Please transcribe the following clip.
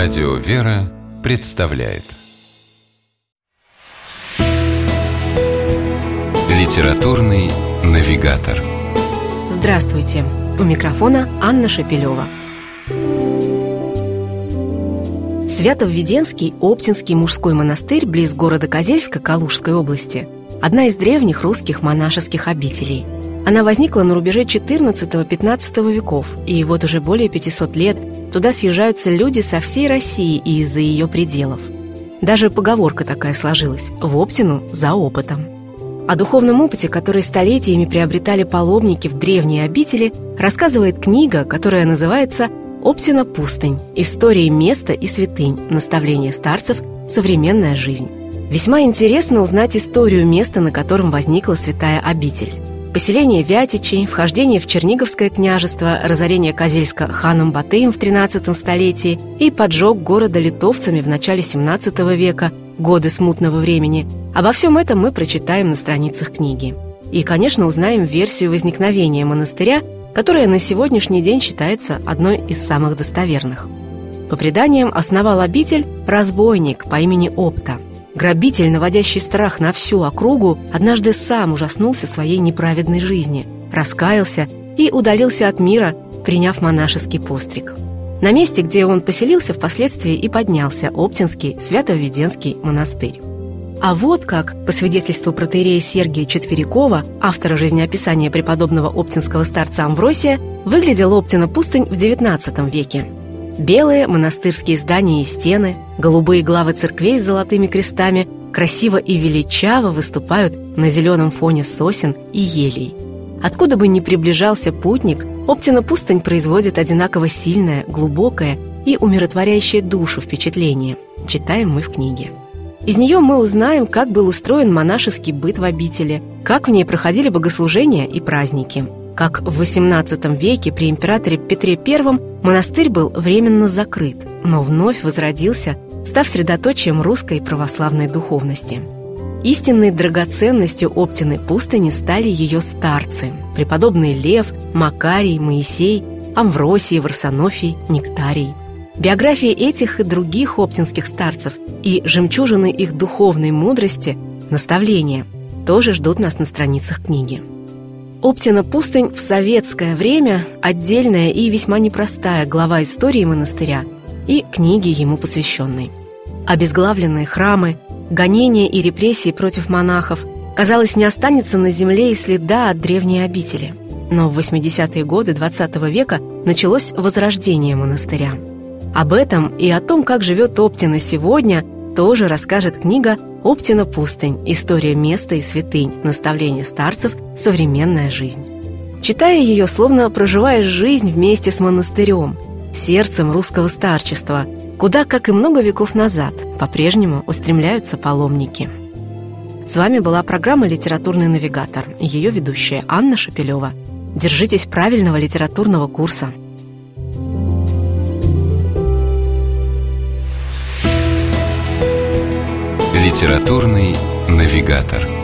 Радио «Вера» представляет Литературный навигатор. Здравствуйте! У микрофона Анна Шапилева. Свято-Введенский Оптинский мужской монастырь близ города Козельска Калужской области – одна из древних русских монашеских обителей. Она возникла на рубеже XIV-XV веков, и вот уже более 500 лет туда съезжаются люди со всей России и из-за ее пределов. Даже поговорка такая сложилась – в Оптину за опытом. О духовном опыте, который столетиями приобретали паломники в древние обители, рассказывает книга, которая называется «Оптина пустынь. Истории места и святынь. Наставления старцев. Современная жизнь». Весьма интересно узнать историю места, на котором возникла святая обитель. Поселение Вятичей, вхождение в Черниговское княжество, разорение Козельска ханом Батыем в XIII столетии и поджог города литовцами в начале XVII века, годы смутного времени. Обо всем этом мы прочитаем на страницах книги. И, конечно, узнаем версию возникновения монастыря, которая на сегодняшний день считается одной из самых достоверных. По преданиям, основал обитель разбойник по имени Опта. Грабитель, наводящий страх на всю округу, однажды сам ужаснулся своей неправедной жизни, раскаялся и удалился от мира, приняв монашеский постриг. На месте, где он поселился, впоследствии и поднялся Оптинский Свято-Введенский монастырь. А вот как, по свидетельству протоиерея Сергия Четверякова, автора жизнеописания преподобного оптинского старца Амвросия, выглядела Оптина пустынь в XIX веке. Белые монастырские здания и стены, голубые главы церквей с золотыми крестами красиво и величаво выступают на зеленом фоне сосен и елей. Откуда бы ни приближался путник, Оптина пустынь производит одинаково сильное, глубокое и умиротворяющее душу впечатление. Читаем мы в книге. Из нее мы узнаем, как был устроен монашеский быт в обители, как в ней проходили богослужения и праздники, как в XVIII веке при императоре Петре I монастырь был временно закрыт, но вновь возродился, став средоточием русской православной духовности. Истинной драгоценностью Оптиной пустыни стали ее старцы – преподобные Лев, Макарий, Моисей, Амвросий, Варсонофий, Нектарий. Биографии этих и других оптинских старцев и жемчужины их духовной мудрости, наставления, тоже ждут нас на страницах книги. Оптина пустынь в советское время – отдельная и весьма непростая глава истории монастыря и книги ему посвященной. Обезглавленные храмы, гонения и репрессии против монахов, казалось, не останется на земле и следа от древней обители. Но в 80-е годы XX века началось возрождение монастыря. Об этом и о том, как живет Оптина сегодня, тоже расскажет книга «Оптина пустынь. История места и святынь. Наставления старцев. Современная жизнь». Читая ее, словно проживаешь жизнь вместе с монастырем, сердцем русского старчества, куда, как и много веков назад, по-прежнему устремляются паломники. С вами была программа «Литературный навигатор» и ее ведущая Анна Шапилева. Держитесь правильного литературного курса. Литературный навигатор.